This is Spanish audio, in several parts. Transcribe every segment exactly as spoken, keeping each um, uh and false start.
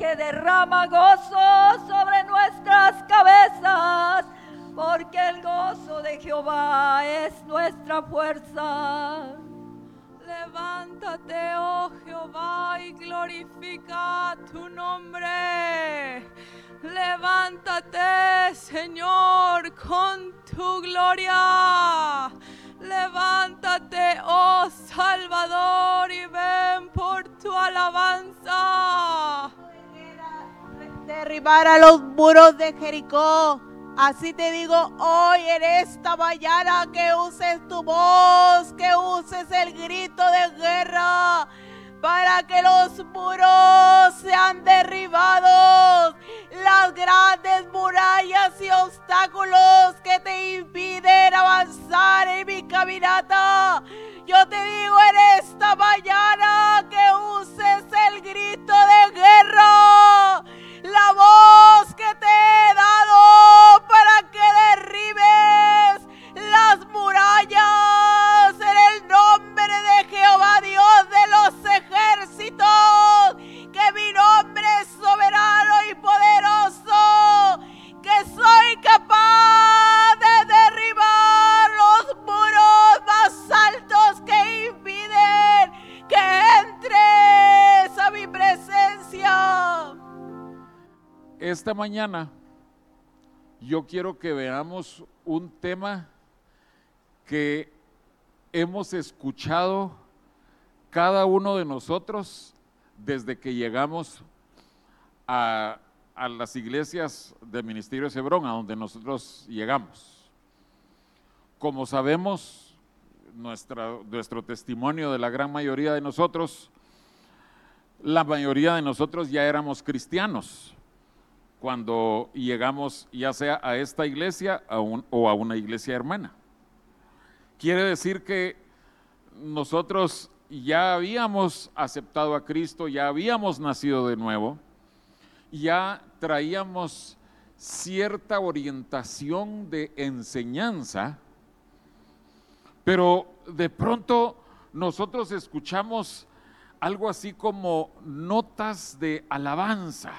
que derrama gozo sobre nuestras cabezas, porque el gozo de Jehová es nuestra fuerza. Levántate, oh Jehová, y glorifica tu nombre. Levántate, Señor, con tu gloria. Levántate, oh Salvador, y ven por tu alabanza. Derribar a los muros de Jericó. Así te digo hoy en esta mañana, que uses tu voz, que uses el grito de guerra para que los muros sean derribados, las grandes murallas y obstáculos que te impiden avanzar en mi caminata. Yo te digo en esta mañana que uses el grito de guerra, la voz que te he dado para que derribes las murallas en el nombre de Jehová, Dios de los ejércitos, que mi nombre es soberano y poderoso, que soy capaz de derribar los muros más altos que impiden que entres a mi presencia. Esta mañana yo quiero que veamos un tema que hemos escuchado cada uno de nosotros desde que llegamos a, a las iglesias del Ministerio Hebrón, a donde nosotros llegamos. Como sabemos, nuestra, nuestro testimonio de la gran mayoría de nosotros, la mayoría de nosotros ya éramos cristianos cuando llegamos ya sea a esta iglesia a un, o a una iglesia hermana. Quiere decir que nosotros ya habíamos aceptado a Cristo, ya habíamos nacido de nuevo, ya traíamos cierta orientación de enseñanza, pero de pronto nosotros escuchamos algo así como notas de alabanza.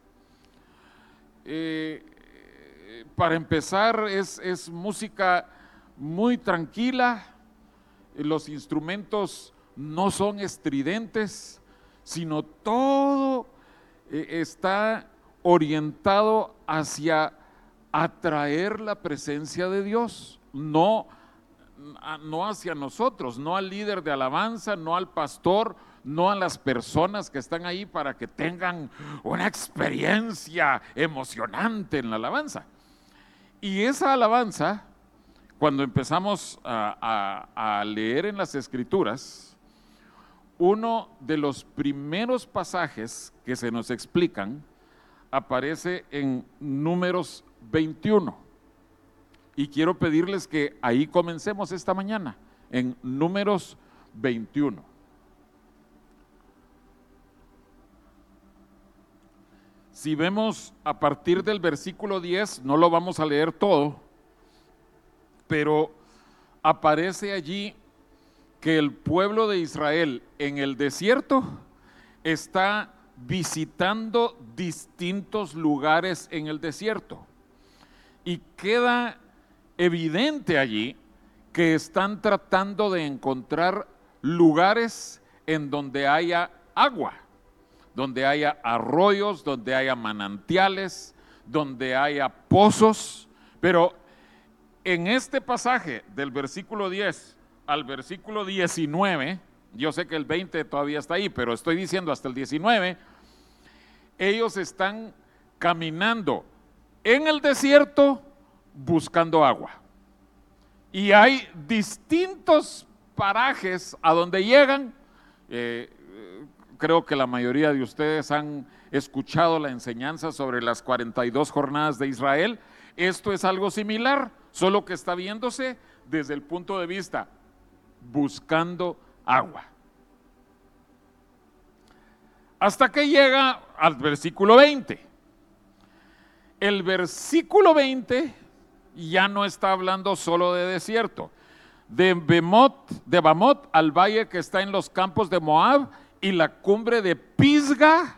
Eh, para empezar es, es música muy tranquila, los instrumentos no son estridentes, sino todo eh, está orientado hacia atraer la presencia de Dios, no, no hacia nosotros, no al líder de alabanza, no al pastor, no a las personas que están ahí para que tengan una experiencia emocionante en la alabanza. Y esa alabanza, cuando empezamos a, a, a leer en las Escrituras, uno de los primeros pasajes que se nos explican aparece en Números veintiuno. Y quiero pedirles que ahí comencemos esta mañana, en Números veintiuno. Si vemos a partir del versículo diez, no lo vamos a leer todo, pero aparece allí que el pueblo de Israel en el desierto está visitando distintos lugares en el desierto. Y queda evidente allí que están tratando de encontrar lugares en donde haya agua, donde haya arroyos, donde haya manantiales, donde haya pozos. Pero en este pasaje del versículo diez al versículo diecinueve, yo sé que el veinte todavía está ahí, pero estoy diciendo hasta el diecinueve, ellos están caminando en el desierto buscando agua. Y hay distintos parajes a donde llegan. eh, Creo que la mayoría de ustedes han escuchado la enseñanza sobre las cuarenta y dos jornadas de Israel. Esto es algo similar, solo que está viéndose desde el punto de vista buscando agua. Hasta que llega al versículo veinte. El versículo veinte ya no está hablando solo de desierto. De Bemot, de Bamot al valle que está en los campos de Moab, y la cumbre de Pisga,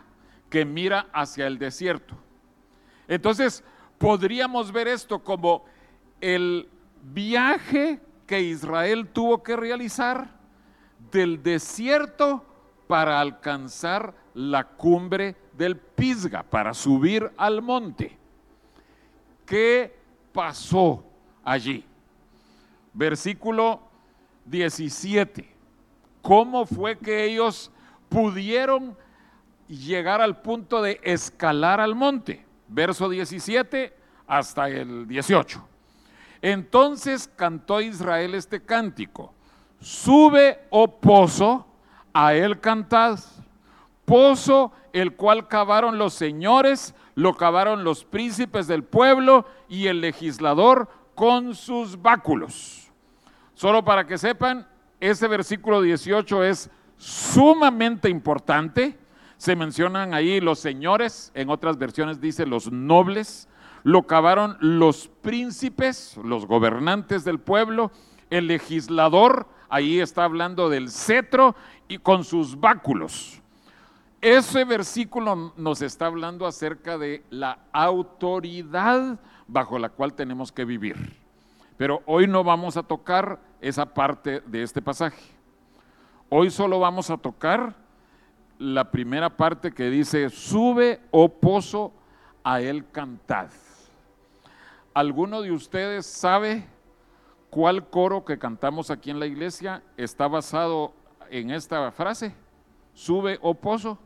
que mira hacia el desierto. Entonces, podríamos ver esto como el viaje que Israel tuvo que realizar del desierto para alcanzar la cumbre del Pisga, para subir al monte. ¿Qué pasó allí? Versículo diecisiete. ¿Cómo fue que ellos pudieron llegar al punto de escalar al monte? Verso diecisiete hasta el dieciocho. Entonces cantó Israel este cántico: sube, oh pozo, a él cantad, pozo el cual cavaron los señores, lo cavaron los príncipes del pueblo y el legislador con sus báculos. Solo para que sepan, ese versículo dieciocho es sumamente importante. Se mencionan ahí los señores, en otras versiones dice los nobles, lo cavaron los príncipes, los gobernantes del pueblo, el legislador, ahí está hablando del cetro y con sus báculos. Ese versículo nos está hablando acerca de la autoridad bajo la cual tenemos que vivir. Pero hoy no vamos a tocar esa parte de este pasaje. Hoy solo vamos a tocar la primera parte que dice: sube, oh pozo, a él cantad. ¿Alguno de ustedes sabe cuál coro que cantamos aquí en la iglesia está basado en esta frase? Sube, oh pozo.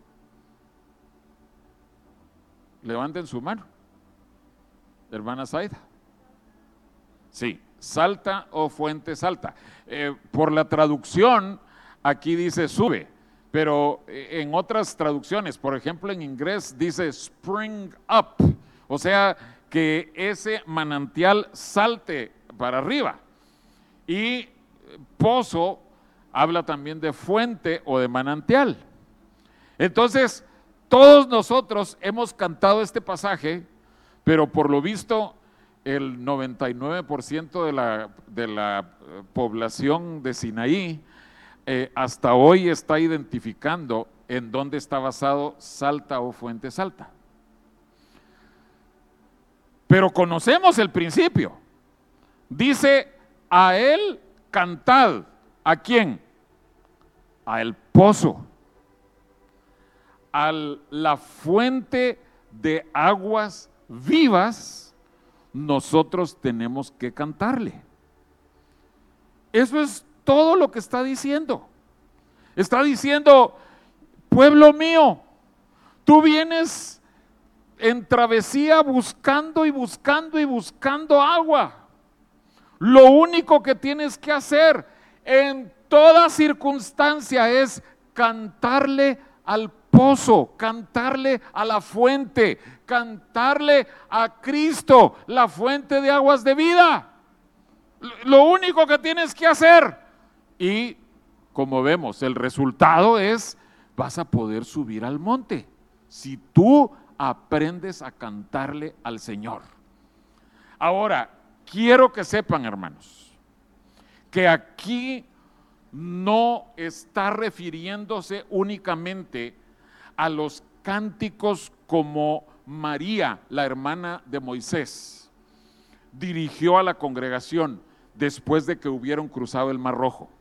Levanten su mano. Hermana Zaida. Sí, salta, oh fuente, salta. Eh, por la traducción, aquí dice sube, pero en otras traducciones, por ejemplo en inglés dice spring up, o sea que ese manantial salte para arriba. Y pozo habla también de fuente o de manantial. Entonces, todos nosotros hemos cantado este pasaje, pero por lo visto el noventa y nueve por ciento de la, de la población de Sinaí eh, hasta hoy está identificando en dónde está basado salta o fuente salta. Pero conocemos el principio. Dice: a él cantad. ¿A quién? A el pozo, a la fuente de aguas vivas, nosotros tenemos que cantarle. Eso es todo lo que está diciendo. Está diciendo: pueblo mío, tú vienes en travesía buscando y buscando y buscando agua. Lo único que tienes que hacer en toda circunstancia es cantarle al pozo, cantarle a la fuente, cantarle a Cristo, la fuente de aguas de vida. Lo único que tienes que hacer. Y como vemos, el resultado es: vas a poder subir al monte si tú aprendes a cantarle al Señor. Ahora, quiero que sepan, hermanos, que aquí no está refiriéndose únicamente a los cánticos como María, la hermana de Moisés, dirigió a la congregación después de que hubieron cruzado el Mar Rojo.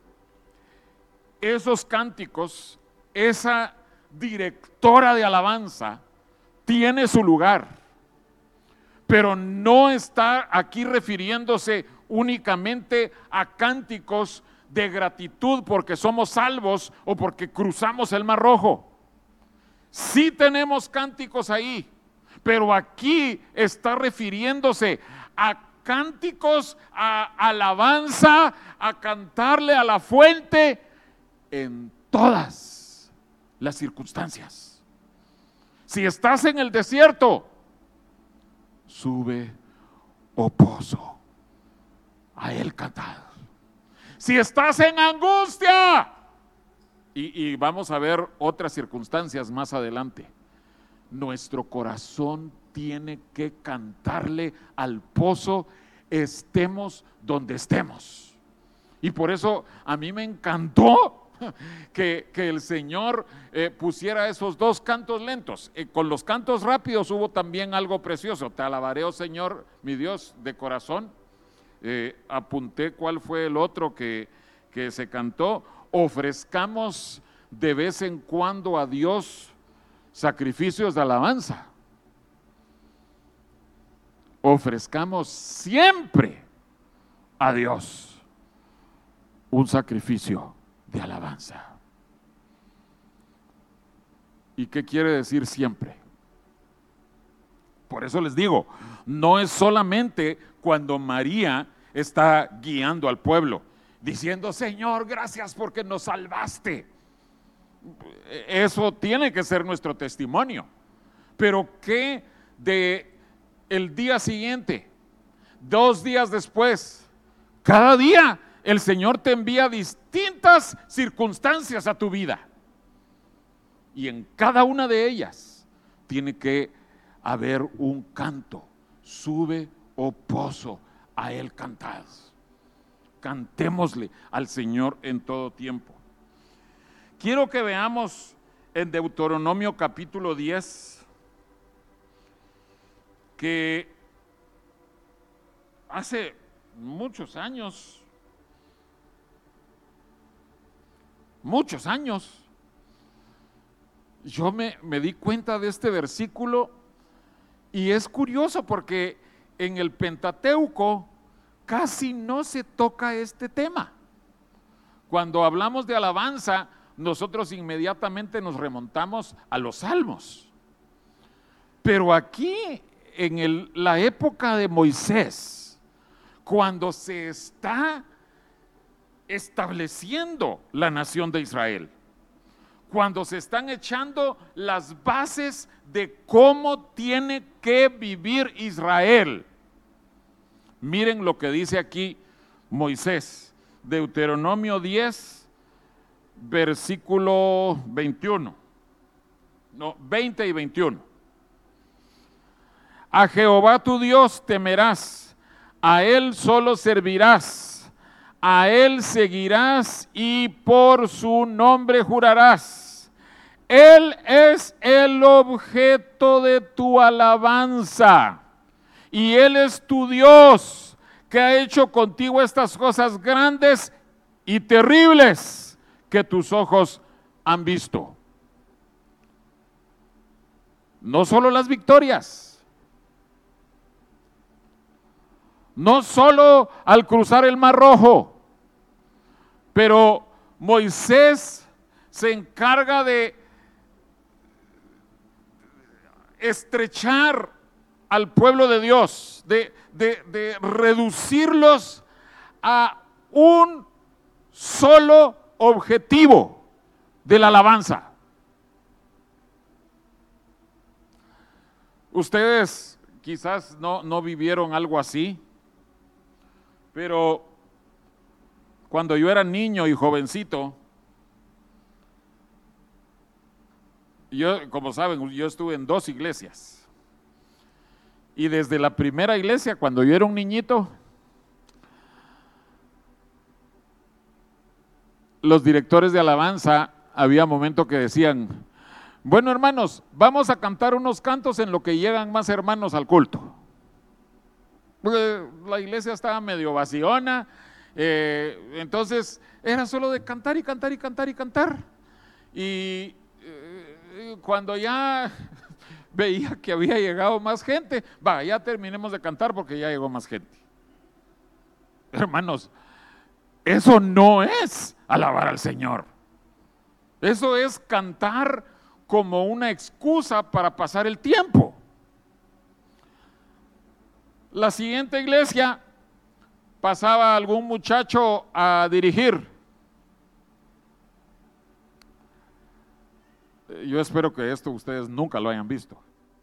Esos cánticos, esa directora de alabanza tiene su lugar, pero no está aquí refiriéndose únicamente a cánticos de gratitud porque somos salvos o porque cruzamos el Mar Rojo. Sí tenemos cánticos ahí, pero aquí está refiriéndose a cánticos, a alabanza, a cantarle a la fuente en todas las circunstancias. Si estás en el desierto, sube, oh pozo, a él cantad. Si estás en angustia, y, y vamos a ver otras circunstancias más adelante, nuestro corazón tiene que cantarle al pozo, estemos donde estemos. Y por eso a mí me encantó que, que el Señor eh, pusiera esos dos cantos lentos. Eh, con los cantos rápidos hubo también algo precioso. Te alabaré, oh Señor, mi Dios, de corazón. Eh, apunté cuál fue el otro que, que se cantó. Ofrezcamos de vez en cuando a Dios sacrificios de alabanza. Ofrezcamos siempre a Dios un sacrificio de alabanza. ¿Y qué quiere decir siempre? Por eso les digo, no es solamente cuando María está guiando al pueblo, diciendo, Señor, gracias porque nos salvaste. Eso tiene que ser nuestro testimonio. Pero ¿qué de el día siguiente, dos días después? Cada día el Señor te envía distintas circunstancias a tu vida. Y en cada una de ellas tiene que haber un canto. Sube, oh pozo, a Él cantad. Cantémosle al Señor en todo tiempo. Quiero que veamos en Deuteronomio capítulo diez, que hace muchos años, muchos años, yo me, me di cuenta de este versículo y es curioso porque en el Pentateuco casi no se toca este tema. Cuando hablamos de alabanza, nosotros inmediatamente nos remontamos a los salmos. Pero aquí, en el, la época de Moisés, cuando se está estableciendo la nación de Israel, cuando se están echando las bases de cómo tiene que vivir Israel. Miren lo que dice aquí Moisés, Deuteronomio diez, versículo veintiuno, no, veinte y veintiuno. A Jehová tu Dios temerás, a Él solo servirás, a Él seguirás y por su nombre jurarás. Él es el objeto de tu alabanza y Él es tu Dios que ha hecho contigo estas cosas grandes y terribles que tus ojos han visto. No solo las victorias, no solo al cruzar el Mar Rojo, pero Moisés se encarga de estrechar al pueblo de Dios, de, de, de reducirlos a un solo objetivo de la alabanza. Ustedes quizás no, no vivieron algo así, pero cuando yo era niño y jovencito, yo, como saben, yo estuve en dos iglesias. Y desde la primera iglesia, cuando yo era un niñito, los directores de alabanza, había momentos que decían, bueno hermanos, vamos a cantar unos cantos en lo que llegan más hermanos al culto. Porque la iglesia estaba medio vaciona, eh, entonces era solo de cantar y cantar y cantar y cantar. Y eh, cuando ya veía que había llegado más gente, va, ya terminemos de cantar porque ya llegó más gente. Hermanos, eso no es alabar al Señor. Eso es cantar como una excusa para pasar el tiempo. La siguiente iglesia pasaba algún muchacho a dirigir. Yo espero que esto ustedes nunca lo hayan visto.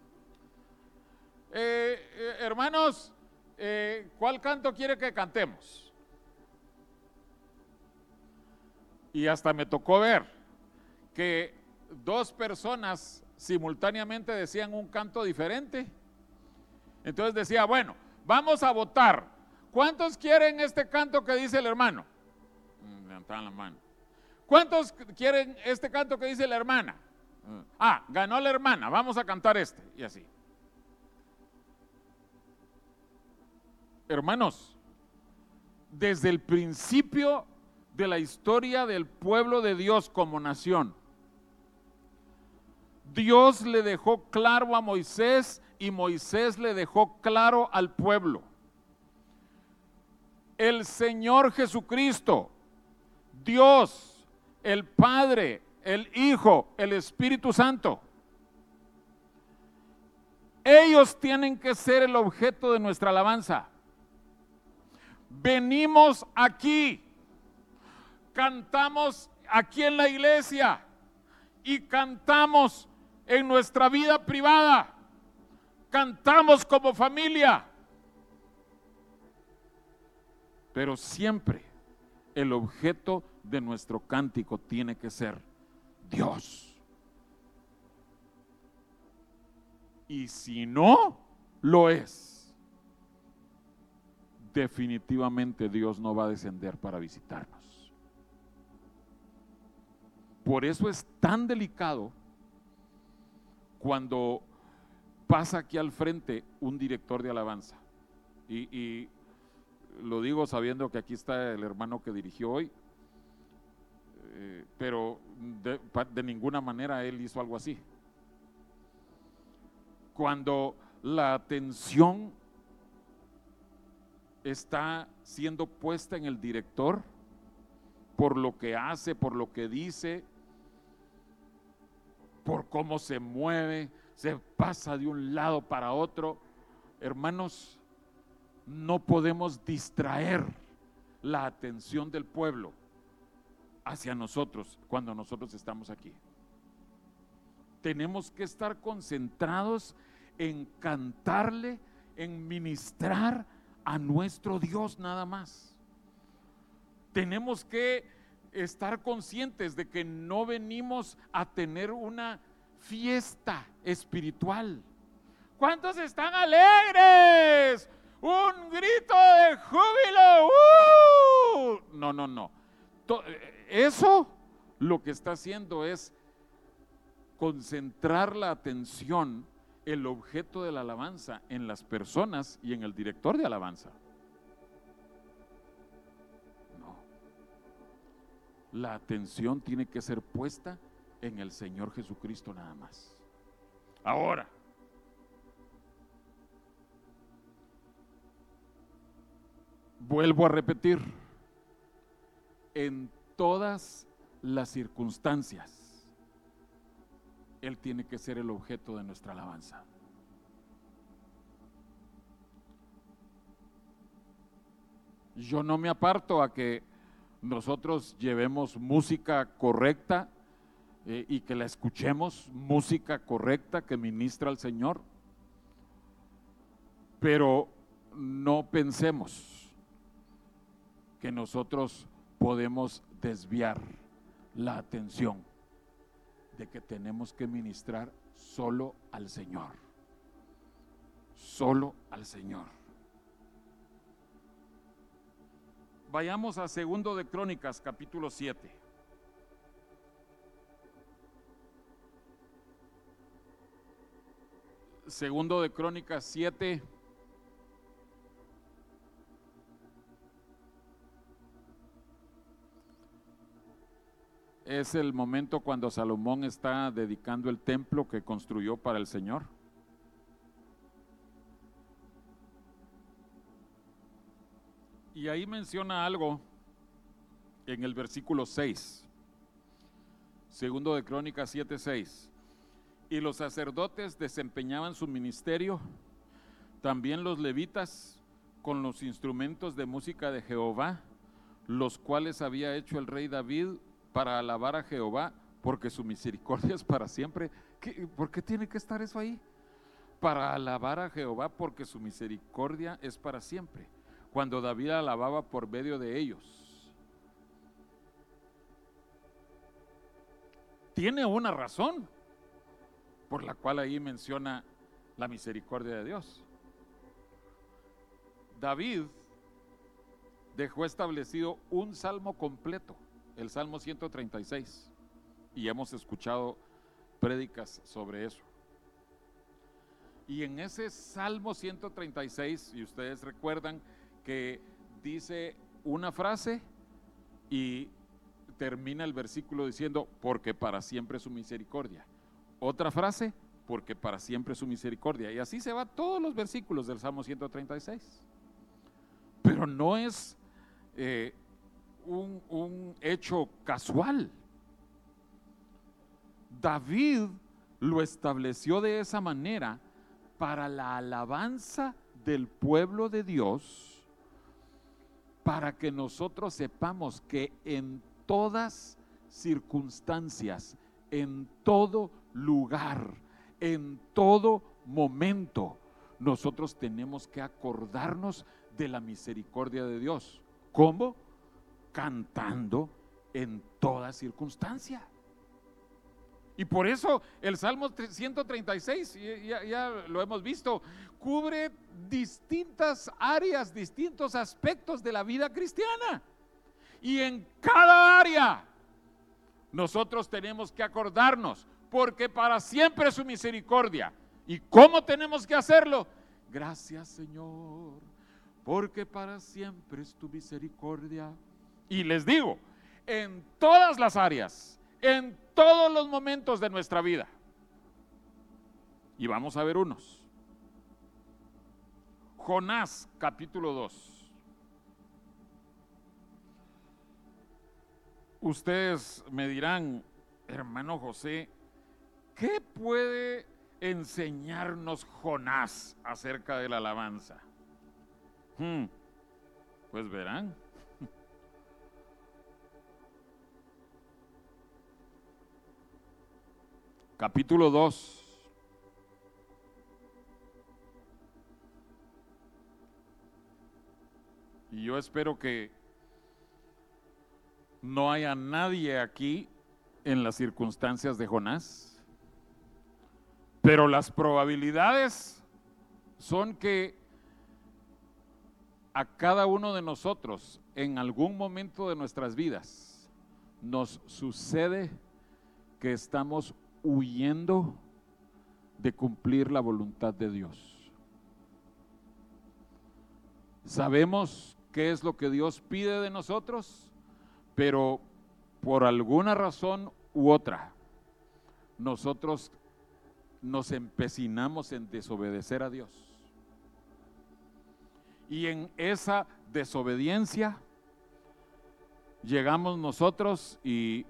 Eh, eh, hermanos, eh, ¿cuál canto quiere que cantemos? Y hasta me tocó ver que dos personas simultáneamente decían un canto diferente. Entonces decía, bueno, vamos a votar. ¿Cuántos quieren este canto que dice el hermano? Levantaban la mano. ¿Cuántos quieren este canto que dice la hermana? Ah, ganó la hermana, vamos a cantar este, y así. Hermanos, desde el principio de la historia del pueblo de Dios como nación, Dios le dejó claro a Moisés y Moisés le dejó claro al pueblo. El Señor Jesucristo, Dios, el Padre, el Hijo, el Espíritu Santo, ellos tienen que ser el objeto de nuestra alabanza. Venimos aquí, cantamos aquí en la iglesia y cantamos en nuestra vida privada, cantamos como familia, pero siempre el objeto de nuestro cántico tiene que ser Dios. Y si no lo es, definitivamente Dios no va a descender para visitarnos. Por eso es tan delicado cuando pasa aquí al frente un director de alabanza. Y, y lo digo sabiendo que aquí está el hermano que dirigió hoy, eh, pero de, de ninguna manera él hizo algo así. Cuando la atención está siendo puesta en el director por lo que hace, por lo que dice, por cómo se mueve, se pasa de un lado para otro, hermanos, no podemos distraer la atención del pueblo hacia nosotros cuando nosotros estamos aquí. Tenemos que estar concentrados en cantarle, en ministrar a nuestro Dios nada más. Tenemos que estar conscientes de que no venimos a tener una fiesta espiritual. ¿Cuántos están alegres? ¡Un grito de júbilo! ¡Uh! No, no, no. Eso lo que está haciendo es concentrar la atención, el objeto de la alabanza, en las personas y en el director de alabanza. No. La atención tiene que ser puesta en el Señor Jesucristo nada más. Ahora, vuelvo a repetir, en todas las circunstancias, Él tiene que ser el objeto de nuestra alabanza. Yo no me aparto a que nosotros llevemos música correcta eh, y que la escuchemos, música correcta que ministra al Señor, pero no pensemos que nosotros podemos desviar la atención de que tenemos que ministrar solo al Señor, solo al Señor. Vayamos a Segundo de Crónicas, capítulo siete. Segundo de Crónicas siete. Es el momento cuando Salomón está dedicando el templo que construyó para el Señor. Y ahí menciona algo en el versículo seis, Segundo de Crónicas siete, seis. Y los sacerdotes desempeñaban su ministerio, también los levitas, con los instrumentos de música de Jehová, los cuales había hecho el rey David para alabar a Jehová, porque su misericordia es para siempre. ¿Qué, ¿Por qué tiene que estar eso ahí? Para alabar a Jehová, porque su misericordia es para siempre. Cuando David alababa por medio de ellos, tiene una razón por la cual ahí menciona la misericordia de Dios. David dejó establecido un salmo completo el Salmo ciento treinta y seis, y hemos escuchado prédicas sobre eso. Y en ese Salmo ciento treinta y seis, y ustedes recuerdan que dice una frase y termina el versículo diciendo, porque para siempre es su misericordia. Otra frase, porque para siempre es su misericordia. Y así se va todos los versículos del Salmo ciento treinta y seis. Pero no es eh, un, un hecho casual. David lo estableció de esa manera para la alabanza del pueblo de Dios, para que nosotros sepamos que en todas circunstancias, en todo lugar, en todo momento, nosotros tenemos que acordarnos de la misericordia de Dios. ¿Cómo? Cantando en toda circunstancia. Y por eso el Salmo ciento treinta y seis, ya, ya lo hemos visto, cubre distintas áreas, distintos aspectos de la vida cristiana. Y en cada área nosotros tenemos que acordarnos, porque para siempre es su misericordia. ¿Y cómo tenemos que hacerlo? Gracias, Señor, porque para siempre es tu misericordia. Y les digo, en todas las áreas, en todos los momentos de nuestra vida. Y vamos a ver unos. Jonás, capítulo dos. Ustedes me dirán, hermano José, ¿qué puede enseñarnos Jonás acerca de la alabanza? Hmm, pues verán. Capítulo dos. Y yo espero que no haya nadie aquí en las circunstancias de Jonás, pero las probabilidades son que a cada uno de nosotros en algún momento de nuestras vidas nos sucede que estamos huyendo de cumplir la voluntad de Dios. Sabemos qué es lo que Dios pide de nosotros, pero por alguna razón u otra, nosotros nos empecinamos en desobedecer a Dios. Y en esa desobediencia llegamos nosotros y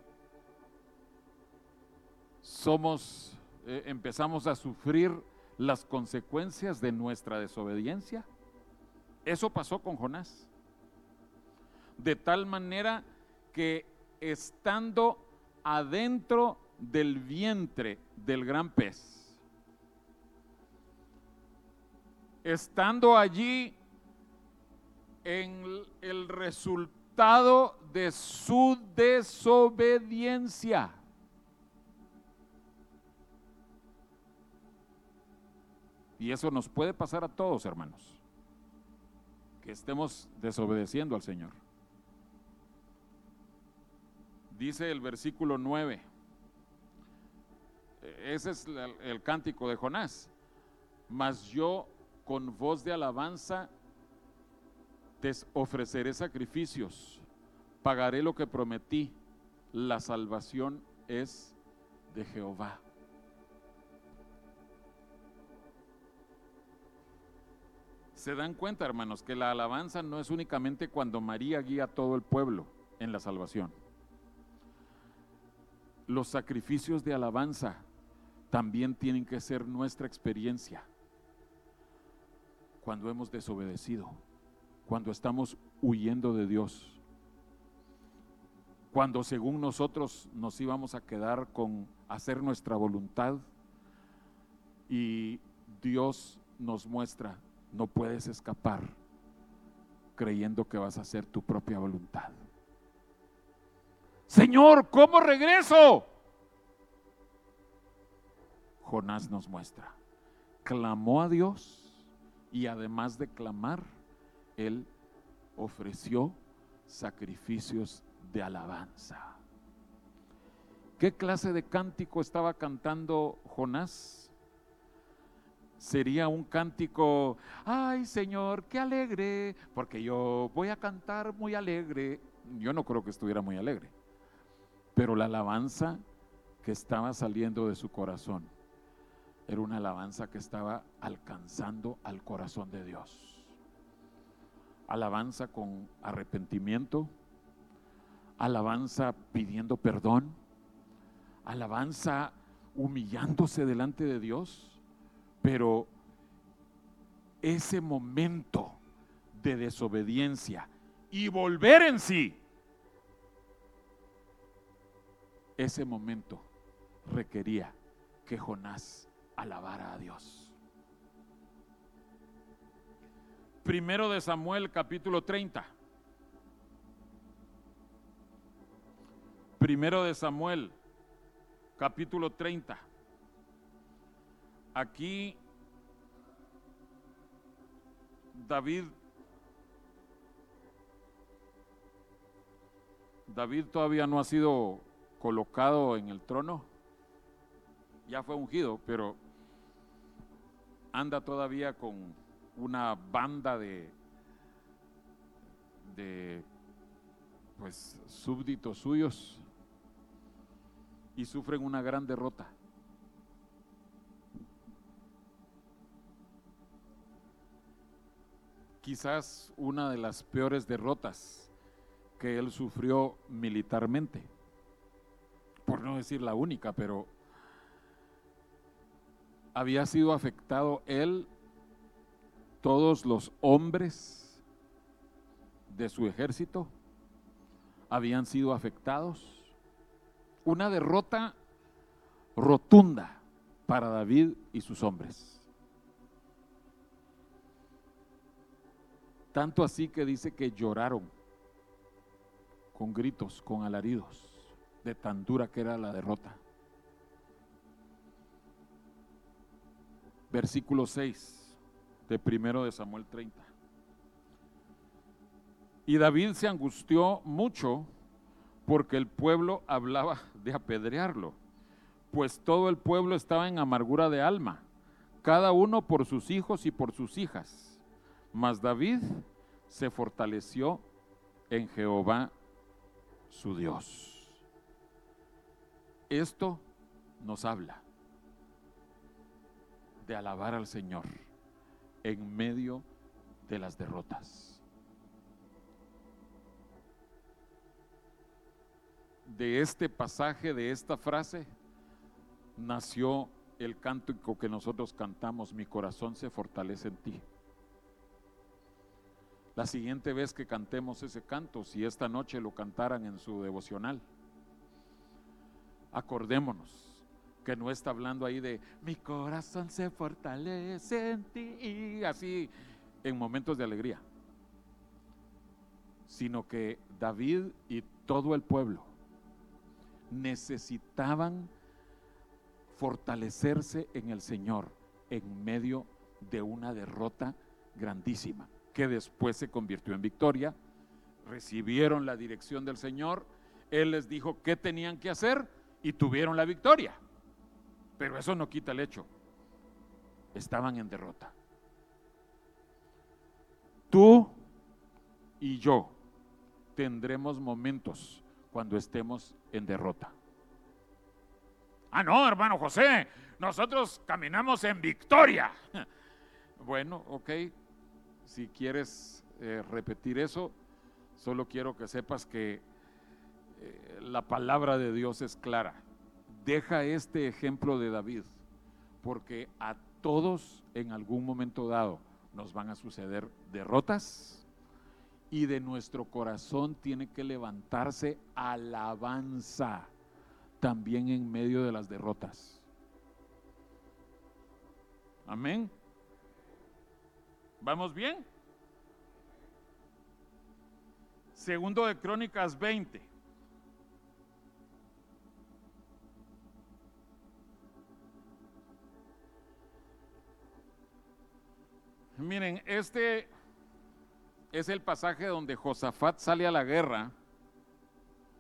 somos, eh, empezamos a sufrir las consecuencias de nuestra desobediencia. Eso pasó con Jonás. De tal manera que estando adentro del vientre del gran pez, estando allí en el resultado de su desobediencia, y eso nos puede pasar a todos, hermanos, que estemos desobedeciendo al Señor. Dice el versículo nueve, ese es el, el cántico de Jonás: mas yo con voz de alabanza te ofreceré sacrificios, pagaré lo que prometí, la salvación es de Jehová. Se dan cuenta, hermanos, que la alabanza no es únicamente cuando María guía a todo el pueblo en la salvación. Los sacrificios de alabanza también tienen que ser nuestra experiencia cuando hemos desobedecido, cuando estamos huyendo de Dios, cuando según nosotros nos íbamos a quedar con hacer nuestra voluntad y Dios nos muestra: no puedes escapar creyendo que vas a hacer tu propia voluntad. Señor, ¿cómo regreso? Jonás nos muestra. Clamó a Dios y además de clamar, él ofreció sacrificios de alabanza. ¿Qué clase de cántico estaba cantando Jonás? Sería un cántico, ay Señor, qué alegre, porque yo voy a cantar muy alegre. Yo no creo que estuviera muy alegre, pero la alabanza que estaba saliendo de su corazón era una alabanza que estaba alcanzando al corazón de Dios. Alabanza con arrepentimiento, alabanza pidiendo perdón, alabanza humillándose delante de Dios. Pero ese momento de desobediencia y volver en sí, ese momento requería que Jonás alabara a Dios. Primero de Samuel, capítulo treinta. Primero de Samuel, capítulo treinta. Aquí David, David todavía no ha sido colocado en el trono, ya fue ungido, pero anda todavía con una banda de, de pues súbditos suyos y sufren una gran derrota. Quizás una de las peores derrotas que él sufrió militarmente, por no decir la única, pero había sido afectado él, todos los hombres de su ejército habían sido afectados. Una derrota rotunda para David y sus hombres. Tanto así que dice que lloraron con gritos, con alaridos, de tan dura que era la derrota. Versículo seis de primero de Samuel treinta. Y David se angustió mucho porque el pueblo hablaba de apedrearlo, pues todo el pueblo estaba en amargura de alma, cada uno por sus hijos y por sus hijas. Mas David se fortaleció en Jehová su Dios. Esto nos habla de alabar al Señor en medio de las derrotas. De este pasaje, de esta frase, nació el cántico que nosotros cantamos: mi corazón se fortalece en ti. La siguiente vez que cantemos ese canto, si esta noche lo cantaran en su devocional, acordémonos que no está hablando ahí de mi corazón se fortalece en ti, y así en momentos de alegría, sino que David y todo el pueblo necesitaban fortalecerse en el Señor en medio de una derrota grandísima, que después se convirtió en victoria. Recibieron la dirección del Señor, Él les dijo qué tenían que hacer y tuvieron la victoria. Pero eso no quita el hecho, estaban en derrota. Tú y yo tendremos momentos cuando estemos en derrota. Ah, no, hermano José, nosotros caminamos en victoria. Bueno, ok. Si quieres eh, repetir eso, solo quiero que sepas que eh, la palabra de Dios es clara. Deja este ejemplo de David, porque a todos en algún momento dado nos van a suceder derrotas y de nuestro corazón tiene que levantarse alabanza también en medio de las derrotas. Amén. ¿Vamos bien? Segundo de Crónicas veinte. Miren, este es el pasaje donde Josafat sale a la guerra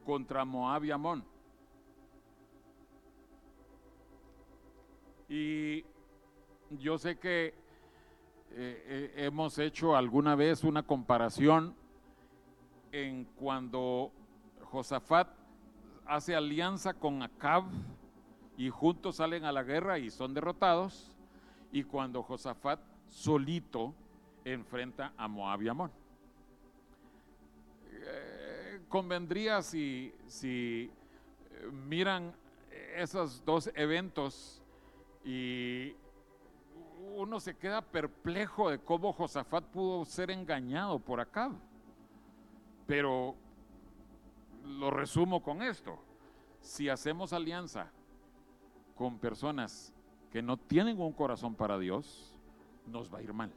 contra Moab y Amón. Y yo sé que eh, eh, hemos hecho alguna vez una comparación en cuando Josafat hace alianza con Acab y juntos salen a la guerra y son derrotados, y cuando Josafat solito enfrenta a Moab y Amón. Eh, convendría si, si miran esos dos eventos y uno se queda perplejo de cómo Josafat pudo ser engañado por Acab. Pero lo resumo con esto: si hacemos alianza con personas que no tienen un corazón para Dios, nos va a ir mal.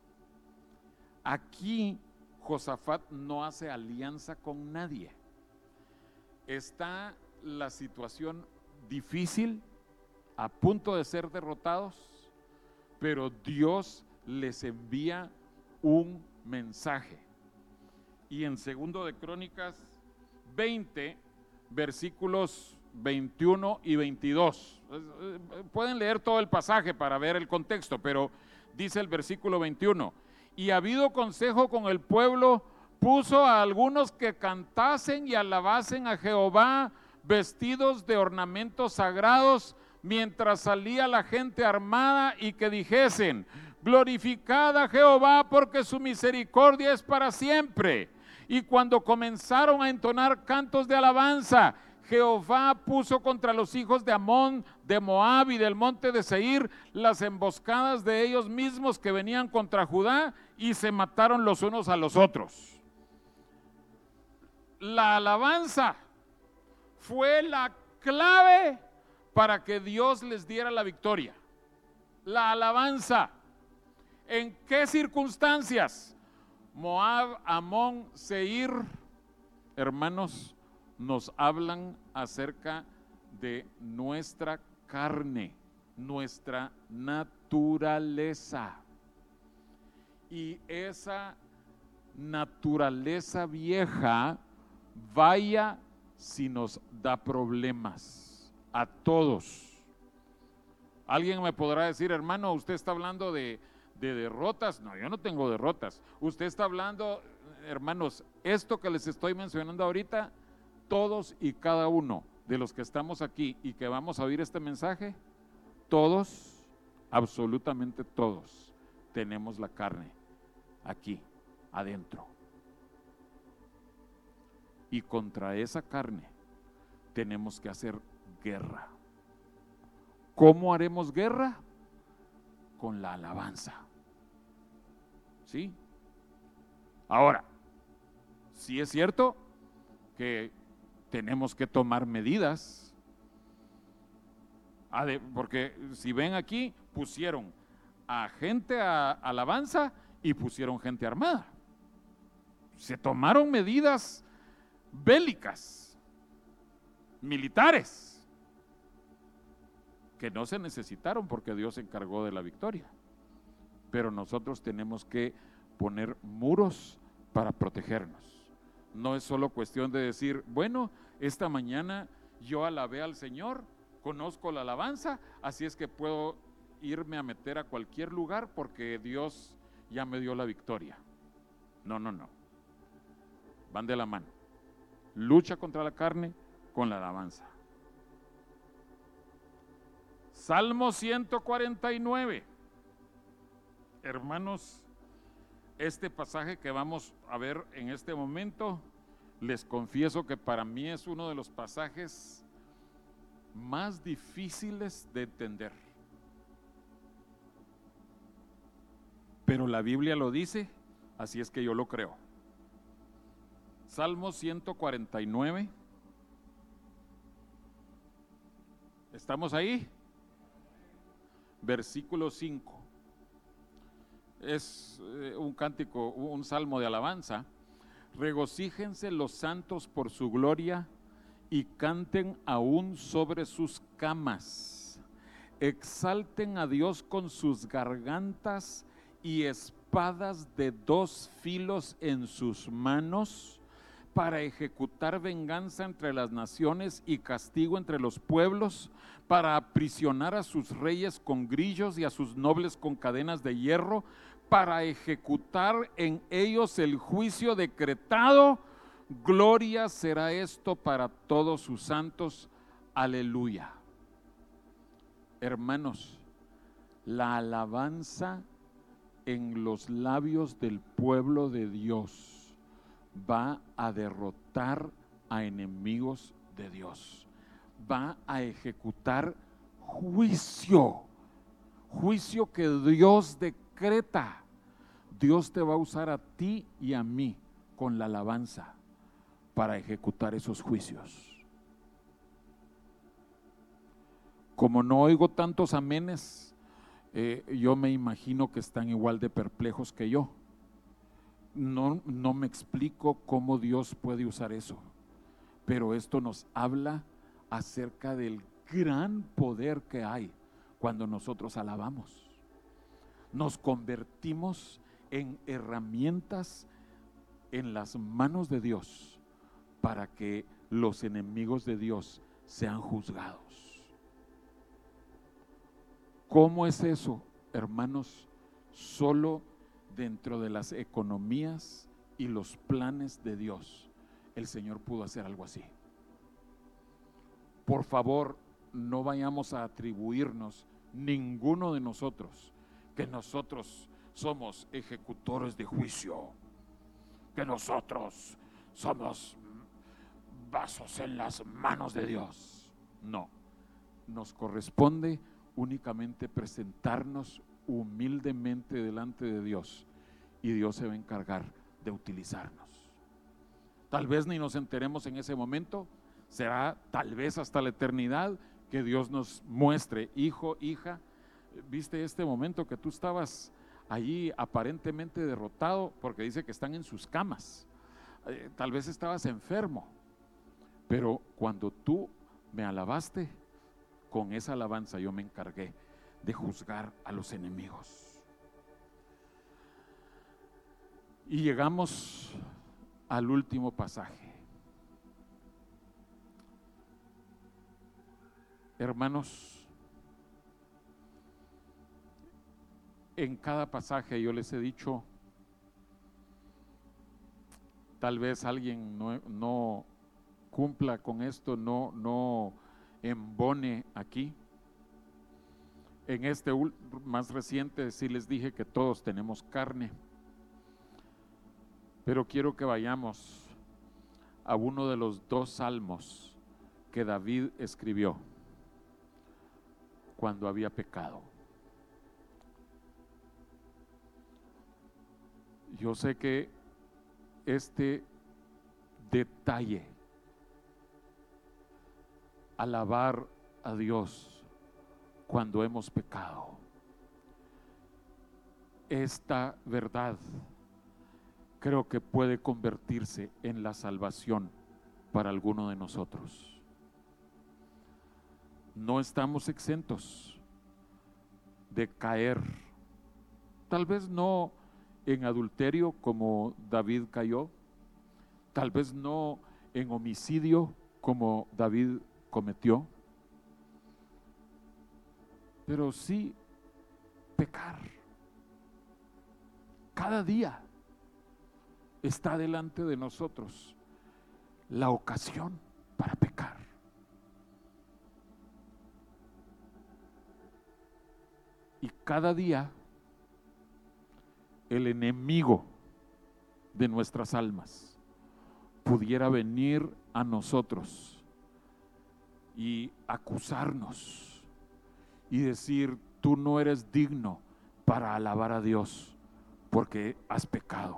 Aquí Josafat no hace alianza con nadie. Está la situación difícil, a punto de ser derrotados, pero Dios les envía un mensaje. Y en segundo de Crónicas veinte, versículos veintiuno y veintidós, pueden leer todo el pasaje para ver el contexto, pero dice el versículo veintiuno: y habido consejo con el pueblo, puso a algunos que cantasen y alabasen a Jehová vestidos de ornamentos sagrados, mientras salía la gente armada, y que dijesen: glorificad a Jehová, porque su misericordia es para siempre. Y cuando comenzaron a entonar cantos de alabanza, Jehová puso contra los hijos de Amón, de Moab y del monte de Seir las emboscadas de ellos mismos que venían contra Judá, y se mataron los unos a los otros. La alabanza fue la clave para que Dios les diera la victoria. La alabanza. ¿En qué circunstancias? Moab, Amón, Seir, hermanos, nos hablan acerca de nuestra carne, nuestra naturaleza. Y esa naturaleza vieja, vaya si nos da problemas a todos. Alguien me podrá decir: hermano, usted está hablando de, de derrotas. No, yo no tengo derrotas. Usted está hablando, hermanos, esto que les estoy mencionando ahorita, todos y cada uno de los que estamos aquí y que vamos a oír este mensaje, todos, absolutamente todos, tenemos la carne aquí, adentro. Y contra esa carne tenemos que hacer guerra. ¿Cómo haremos guerra? Con la alabanza. ¿Sí? Ahora, sí es cierto que tenemos que tomar medidas, porque si ven aquí, pusieron a gente a alabanza y pusieron gente armada. Se tomaron medidas bélicas, militares, que no se necesitaron porque Dios se encargó de la victoria. Pero nosotros tenemos que poner muros para protegernos. No es solo cuestión de decir: bueno, esta mañana yo alabé al Señor, conozco la alabanza, así es que puedo irme a meter a cualquier lugar porque Dios ya me dio la victoria. No, no, no. Van de la mano. Lucha contra la carne con la alabanza. Salmo ciento cuarenta y nueve. Hermanos, este pasaje que vamos a ver en este momento, les confieso que para mí es uno de los pasajes más difíciles de entender. Pero la Biblia lo dice, así es que yo lo creo. Salmo ciento cuarenta y nueve. ¿Estamos ahí? Versículo cinco. Es eh, un cántico, un salmo de alabanza. Regocíjense los santos por su gloria y canten aún sobre sus camas. Exalten a Dios con sus gargantas y espadas de dos filos en sus manos, para ejecutar venganza entre las naciones y castigo entre los pueblos, para aprisionar a sus reyes con grillos y a sus nobles con cadenas de hierro, para ejecutar en ellos el juicio decretado. Gloria será esto para todos sus santos. Aleluya. Hermanos, la alabanza en los labios del pueblo de Dios va a derrotar a enemigos de Dios, va a ejecutar juicio, juicio que Dios decreta. Dios te va a usar a ti y a mí con la alabanza para ejecutar esos juicios. Como no oigo tantos amenes, eh, yo me imagino que están igual de perplejos que yo. No, no me explico cómo Dios puede usar eso, pero esto nos habla acerca del gran poder que hay cuando nosotros alabamos. Nos convertimos en herramientas en las manos de Dios para que los enemigos de Dios sean juzgados. ¿Cómo es eso, hermanos? Solo dentro de las economías y los planes de Dios el Señor pudo hacer algo así. Por favor, no vayamos a atribuirnos ninguno de nosotros que nosotros somos ejecutores de juicio, que nosotros somos vasos en las manos de Dios. No, nos corresponde únicamente presentarnos humildemente delante de Dios y Dios se va a encargar de utilizarnos. Tal vez ni nos enteremos en ese momento, será tal vez hasta la eternidad que Dios nos muestre: hijo, hija, viste este momento que tú estabas allí aparentemente derrotado, porque dice que están en sus camas, eh, tal vez estabas enfermo, pero cuando tú me alabaste, con esa alabanza yo me encargué de juzgar a los enemigos. Y llegamos al último pasaje. Hermanos, en cada pasaje yo les he dicho, tal vez alguien no, no cumpla con esto, no, no embone aquí. En este más reciente sí les dije que todos tenemos carne, pero quiero que vayamos a uno de los dos salmos que David escribió cuando había pecado. Yo sé que este detalle, alabar a Dios cuando hemos pecado, esta verdad creo que puede convertirse en la salvación para alguno de nosotros. No estamos exentos de caer, tal vez no en adulterio como David cayó, tal vez no en homicidio como David cometió, pero sí pecar. Cada día está delante de nosotros la ocasión para pecar. Y cada día el enemigo de nuestras almas pudiera venir a nosotros y acusarnos y decir: tú no eres digno para alabar a Dios porque has pecado,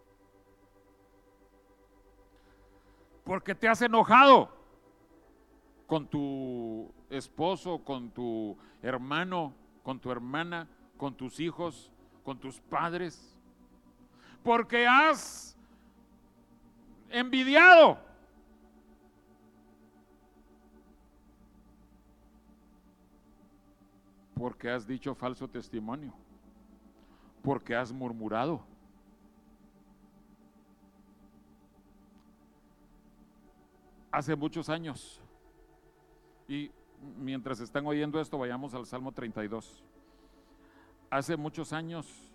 porque te has enojado con tu esposo, con tu hermano, con tu hermana, con tus hijos, con tus padres, porque has envidiado, porque has dicho falso testimonio, porque has murmurado. hace muchos años, y mientras están oyendo esto, vayamos al Salmo treinta y dos. Hace muchos años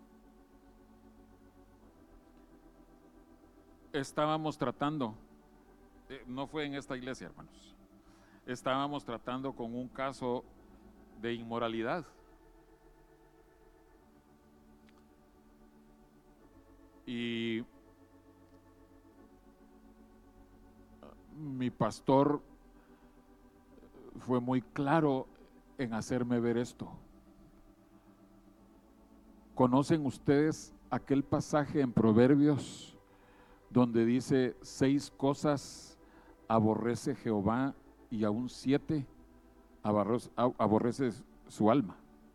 estábamos tratando, eh, no fue en esta iglesia, hermanos, estábamos tratando con un caso de inmoralidad. Y mi pastor fue muy claro en hacerme ver esto. ¿Conocen ustedes aquel pasaje en Proverbios donde dice: seis cosas aborrece Jehová y aún siete aborrece su alma?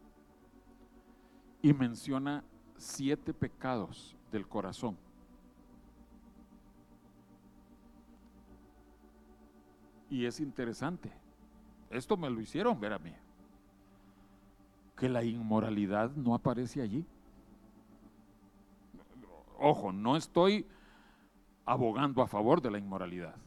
Y menciona siete pecados del corazón. Y es interesante, esto me lo hicieron ver a mí, que la inmoralidad no aparece allí. Ojo, no estoy abogando a favor de la inmoralidad,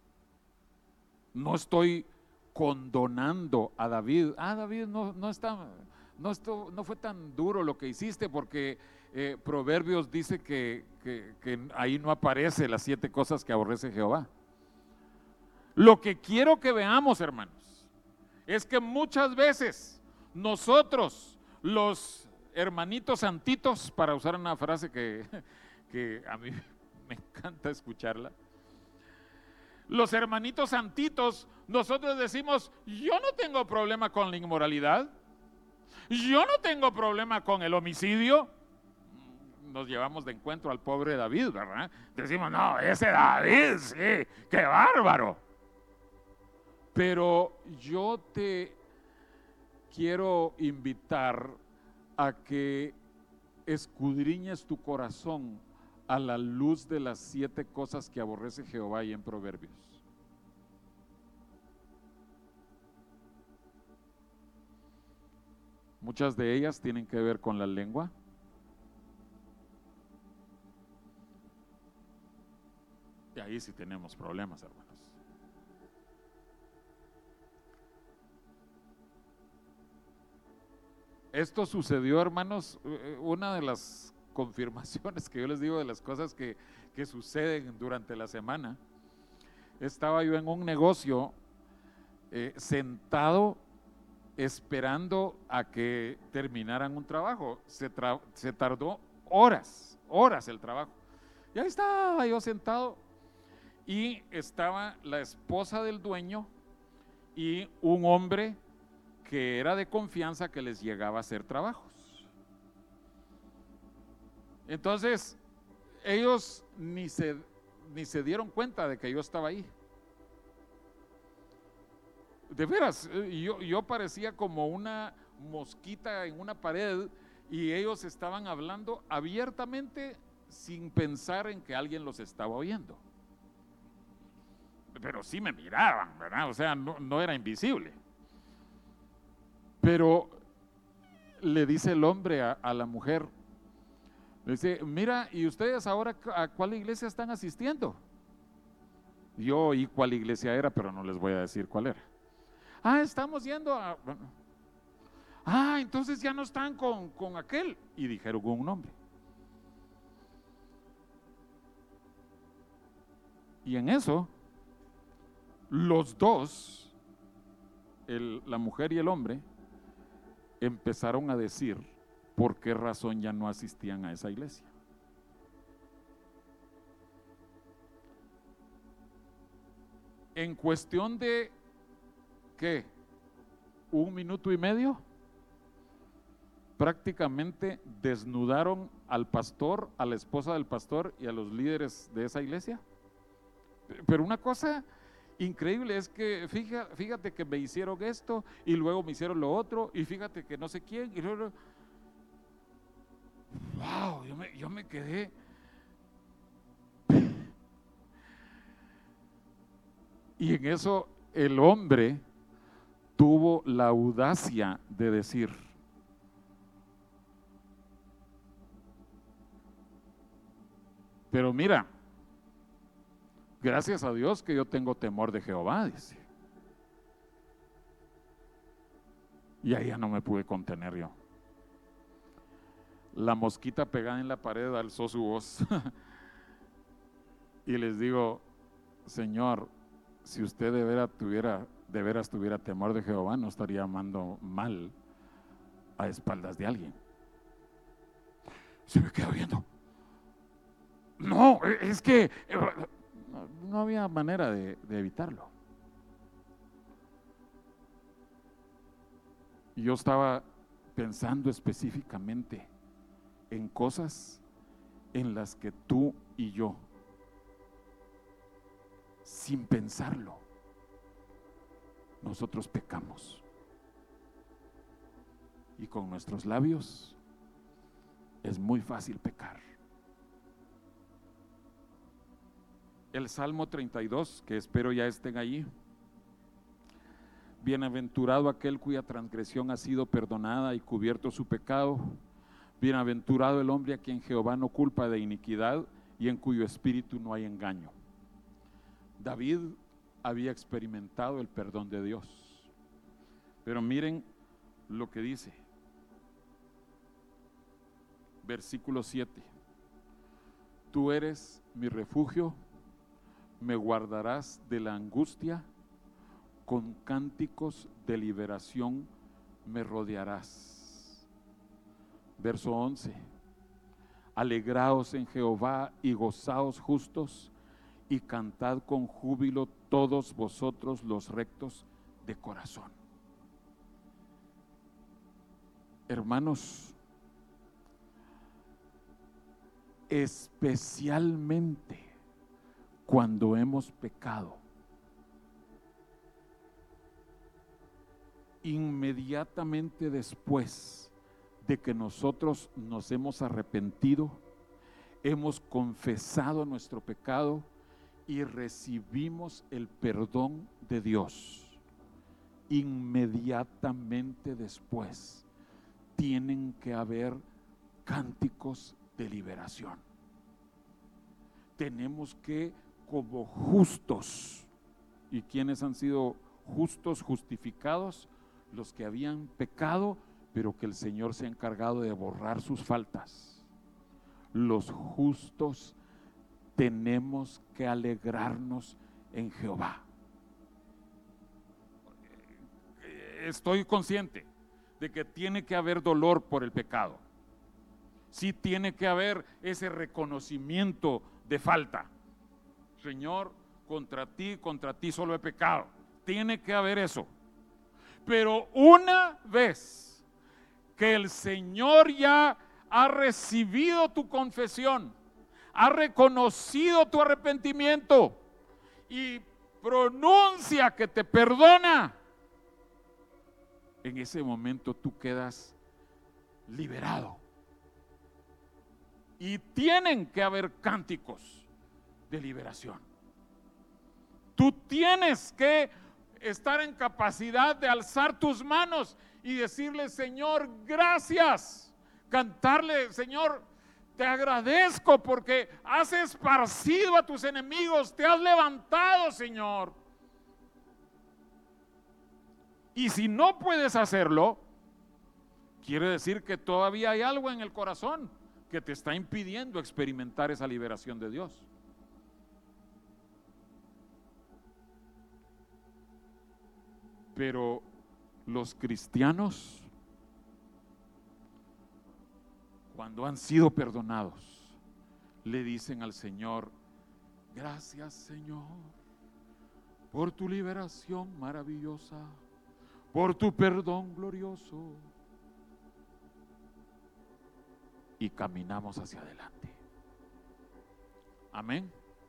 no estoy condonando a David. Ah, David, no, no está, no, esto, no fue tan duro lo que hiciste, porque eh, Proverbios dice que, que, que ahí no aparece las siete cosas que aborrece Jehová. Lo que quiero que veamos, hermanos, es que muchas veces nosotros, los hermanitos santitos, para usar una frase que, que a mí me encanta escucharla, los hermanitos santitos, nosotros decimos: yo no tengo problema con la inmoralidad, yo no tengo problema con el homicidio. Nos llevamos de encuentro al pobre David, ¿verdad? Decimos: no, ese David, sí, qué bárbaro. Pero yo te quiero invitar a que escudriñes tu corazón a la luz de las siete cosas que aborrece Jehová y en Proverbios. Muchas de ellas tienen que ver con la lengua. Y ahí sí tenemos problemas, hermanos. Esto sucedió, hermanos, una de las confirmaciones que yo les digo de las cosas que, que suceden durante la semana. Estaba yo en un negocio eh, sentado esperando a que terminaran un trabajo. Se, tra se tardó horas, horas el trabajo. Y ahí estaba yo sentado y estaba la esposa del dueño y un hombre que era de confianza que les llegaba a hacer trabajos. Entonces, ellos ni se, ni se dieron cuenta de que yo estaba ahí. De veras, yo, yo parecía como una mosquita en una pared y ellos estaban hablando abiertamente sin pensar en que alguien los estaba oyendo. Pero sí me miraban, ¿verdad? O sea, no, no era invisible. Pero le dice el hombre a, a la mujer, le dice: mira, ¿y ustedes ahora a cuál iglesia están asistiendo? Yo oí cuál iglesia era, pero no les voy a decir cuál era. Ah, estamos yendo a... Ah, entonces ya no están con, con aquel. Y dijeron con un nombre. Y en eso, los dos, el, la mujer y el hombre, empezaron a decir por qué razón ya no asistían a esa iglesia. En cuestión de, ¿qué? Un minuto y medio, prácticamente desnudaron al pastor, a la esposa del pastor y a los líderes de esa iglesia. Pero una cosa increíble es que fíjate, fíjate que me hicieron esto y luego me hicieron lo otro y fíjate que no sé quién y luego, wow, yo me, yo me quedé y en eso el hombre tuvo la audacia de decir: pero mira, Gracias a Dios que yo tengo temor de Jehová, dice. Y ahí ya no me pude contener yo. La mosquita pegada en la pared alzó su voz y les digo, Señor, si usted de veras tuviera, de veras tuviera temor de Jehová, no estaría amando mal a espaldas de alguien. Se me queda viendo. No, es que no, no había manera de, de evitarlo. Y yo estaba pensando específicamente en cosas en las que tú y yo, sin pensarlo, nosotros pecamos. Y con nuestros labios es muy fácil pecar. El Salmo treinta y dos, que espero ya estén allí. Bienaventurado aquel cuya transgresión ha sido perdonada y cubierto su pecado. Bienaventurado el hombre a quien Jehová no culpa de iniquidad y en cuyo espíritu no hay engaño. David había experimentado el perdón de Dios. Pero miren lo que dice. Versículo siete. Tú eres mi refugio, me guardarás de la angustia, con cánticos de liberación me rodearás. Verso once. Alegraos en Jehová y gozaos justos, y cantad con júbilo todos vosotros los rectos de corazón. Hermanos, especialmente cuando hemos pecado, inmediatamente después de que nosotros nos hemos arrepentido, hemos confesado nuestro pecado y recibimos el perdón de Dios, inmediatamente después tienen que haber cánticos de liberación. Tenemos que, como justos, ¿y quiénes han sido justos, justificados? Los que habían pecado, pero que el Señor se ha encargado de borrar sus faltas. Los justos tenemos que alegrarnos en Jehová. Estoy consciente de que tiene que haber dolor por el pecado. Sí tiene que haber ese reconocimiento de falta. Señor, contra ti, contra ti solo he pecado. Tiene que haber eso. Pero una vez que el Señor ya ha recibido tu confesión, ha reconocido tu arrepentimiento y pronuncia que te perdona, en ese momento tú quedas liberado. Y tienen que haber cánticos de liberación. Tú tienes que estar en capacidad de alzar tus manos y decirle, Señor, gracias. Cantarle, Señor, te agradezco porque has esparcido a tus enemigos, te has levantado, Señor. Y si no puedes hacerlo, quiere decir que todavía hay algo en el corazón que te está impidiendo experimentar esa liberación de Dios. Pero los cristianos, cuando han sido perdonados, le dicen al Señor, gracias Señor por tu liberación maravillosa, por tu perdón glorioso. Y caminamos hacia adelante. Amén.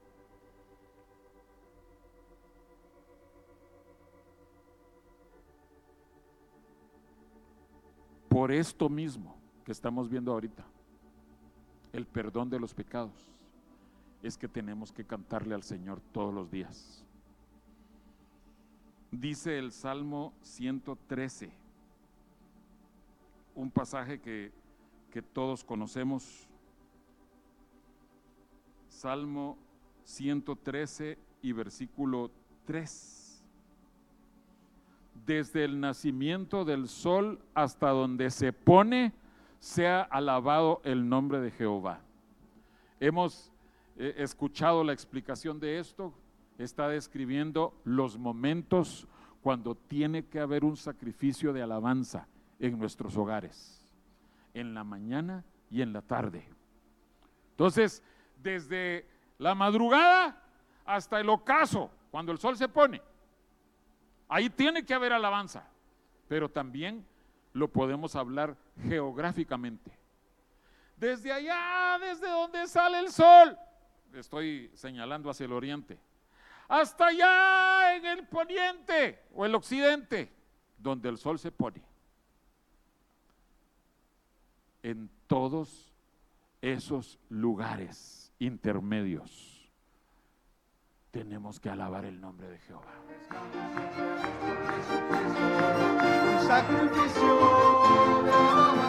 Por esto mismo que estamos viendo ahorita, el perdón de los pecados, es que tenemos que cantarle al Señor todos los días. Dice el Salmo ciento trece, un pasaje que, que todos conocemos. Salmo ciento trece y versículo tres. Desde el nacimiento del sol hasta donde se pone, sea alabado el nombre de Jehová. Hemos eh, escuchado la explicación de esto. Está describiendo los momentos cuando tiene que haber un sacrificio de alabanza en nuestros hogares, en la mañana y en la tarde. Entonces, desde la madrugada hasta el ocaso, cuando el sol se pone, ahí tiene que haber alabanza, pero también lo podemos hablar geográficamente. Desde allá, desde donde sale el sol, estoy señalando hacia el oriente, hasta allá en el poniente o el occidente, donde el sol se pone. En todos esos lugares intermedios tenemos que alabar el nombre de Jehová. Sacrificio de